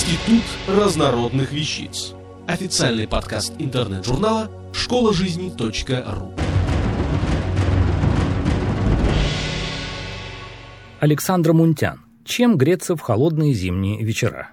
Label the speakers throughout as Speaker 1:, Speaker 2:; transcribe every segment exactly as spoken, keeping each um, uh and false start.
Speaker 1: Институт разнородных вещиц. Официальный подкаст интернет-журнала школа жизни точка ру.
Speaker 2: Александр Мунтян. Чем греться в холодные зимние вечера?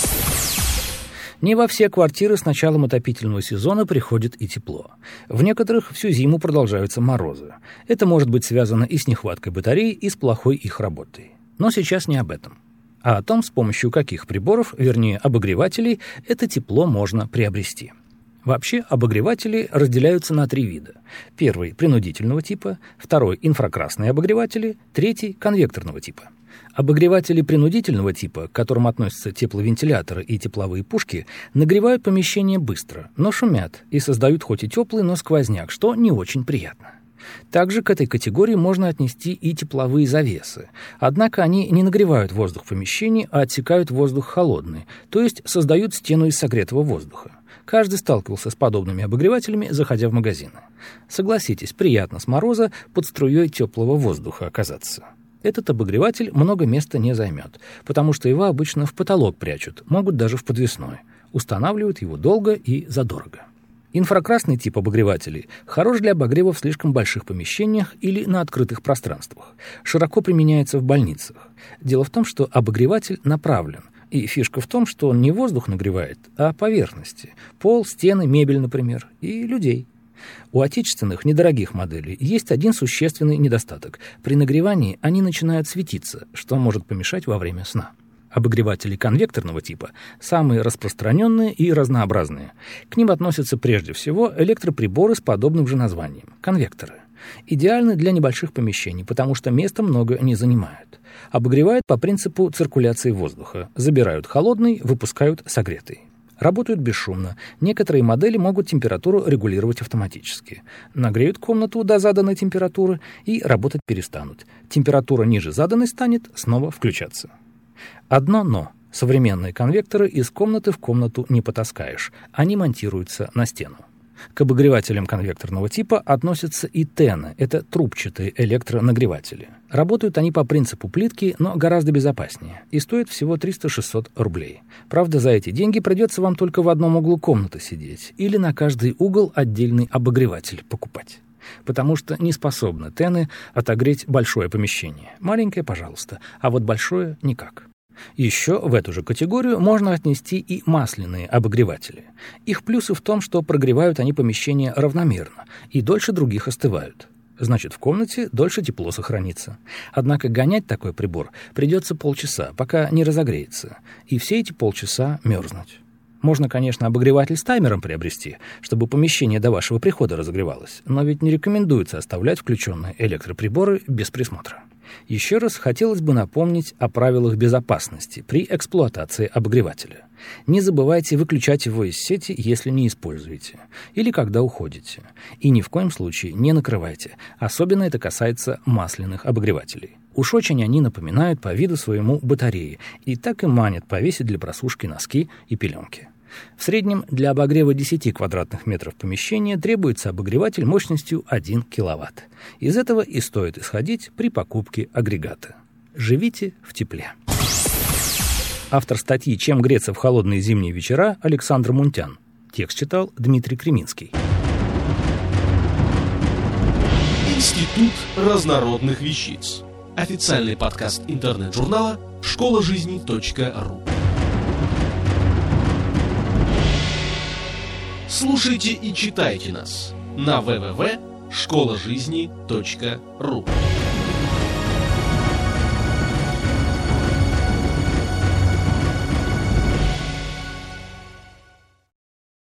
Speaker 2: Не во все квартиры с началом отопительного сезона приходит и тепло. В некоторых всю зиму продолжаются морозы. Это может быть связано и с нехваткой батарей, и с плохой их работой. Но сейчас не об этом, а о том, с помощью каких приборов, вернее обогревателей, это тепло можно приобрести. Вообще обогреватели разделяются на три вида. Первый – принудительного типа, второй – инфракрасные обогреватели, третий – конвекторного типа. Обогреватели принудительного типа, к которым относятся тепловентиляторы и тепловые пушки, нагревают помещение быстро, но шумят и создают хоть и теплый, но сквозняк, что не очень приятно. Также к этой категории можно отнести и тепловые завесы. Однако они не нагревают воздух в помещении, а отсекают воздух холодный, то есть создают стену из согретого воздуха. Каждый сталкивался с подобными обогревателями, заходя в магазины. Согласитесь, приятно с мороза под струей теплого воздуха оказаться. Этот обогреватель много места не займет, потому что его обычно в потолок прячут, могут даже в подвесной. Устанавливают его долго и задорого. Инфракрасный тип обогревателей хорош для обогрева в слишком больших помещениях или на открытых пространствах. Широко применяется в больницах. Дело в том, что обогреватель направлен. И фишка в том, что он не воздух нагревает, а поверхности. Пол, стены, мебель, например, и людей. У отечественных недорогих моделей есть один существенный недостаток. При нагревании они начинают светиться, что может помешать во время сна. Обогреватели конвекторного типа самые распространенные и разнообразные. К ним относятся прежде всего электроприборы с подобным же названием – конвекторы. Идеальны для небольших помещений, потому что места много не занимают. Обогревают по принципу циркуляции воздуха. Забирают холодный, выпускают согретый. Работают бесшумно. Некоторые модели могут температуру регулировать автоматически. Нагреют комнату до заданной температуры и работать перестанут. Температура ниже заданной станет, снова включаться. Одно «но». Современные конвекторы из комнаты в комнату не потаскаешь. Они монтируются на стену. К обогревателям конвекторного типа относятся и тены, это трубчатые электронагреватели. Работают они по принципу плитки, но гораздо безопаснее, и стоят всего триста-шестьсот рублей. Правда, за эти деньги придется вам только в одном углу комнаты сидеть или на каждый угол отдельный обогреватель покупать. Потому что не способны тены отогреть большое помещение. Маленькое, пожалуйста, а вот большое – никак. Еще в эту же категорию можно отнести и масляные обогреватели. Их плюсы в том, что прогревают они помещение равномерно и дольше других остывают. Значит, в комнате дольше тепло сохранится. Однако гонять такой прибор придется полчаса, пока не разогреется, и все эти полчаса мерзнуть. Можно, конечно, обогреватель с таймером приобрести, чтобы помещение до вашего прихода разогревалось, но ведь не рекомендуется оставлять включенные электроприборы без присмотра. Еще раз хотелось бы напомнить о правилах безопасности при эксплуатации обогревателя. Не забывайте выключать его из сети, если не используете, или когда уходите. И ни в коем случае не накрывайте, особенно это касается масляных обогревателей. Уж очень они напоминают по виду своему батареи, и так и манят повесить для просушки носки и пеленки. В среднем для обогрева десяти квадратных метров помещения требуется обогреватель мощностью один киловатт. Из этого и стоит исходить при покупке агрегата. Живите в тепле. Автор статьи «Чем греться в холодные зимние вечера» Александр Мунтян. Текст читал Дмитрий Креминский.
Speaker 1: Институт разнородных вещиц. Официальный подкаст интернет-журнала школа жизни точка ру. Слушайте и читайте нас на дабл ю дабл ю дабл ю точка школа жизни точка ру.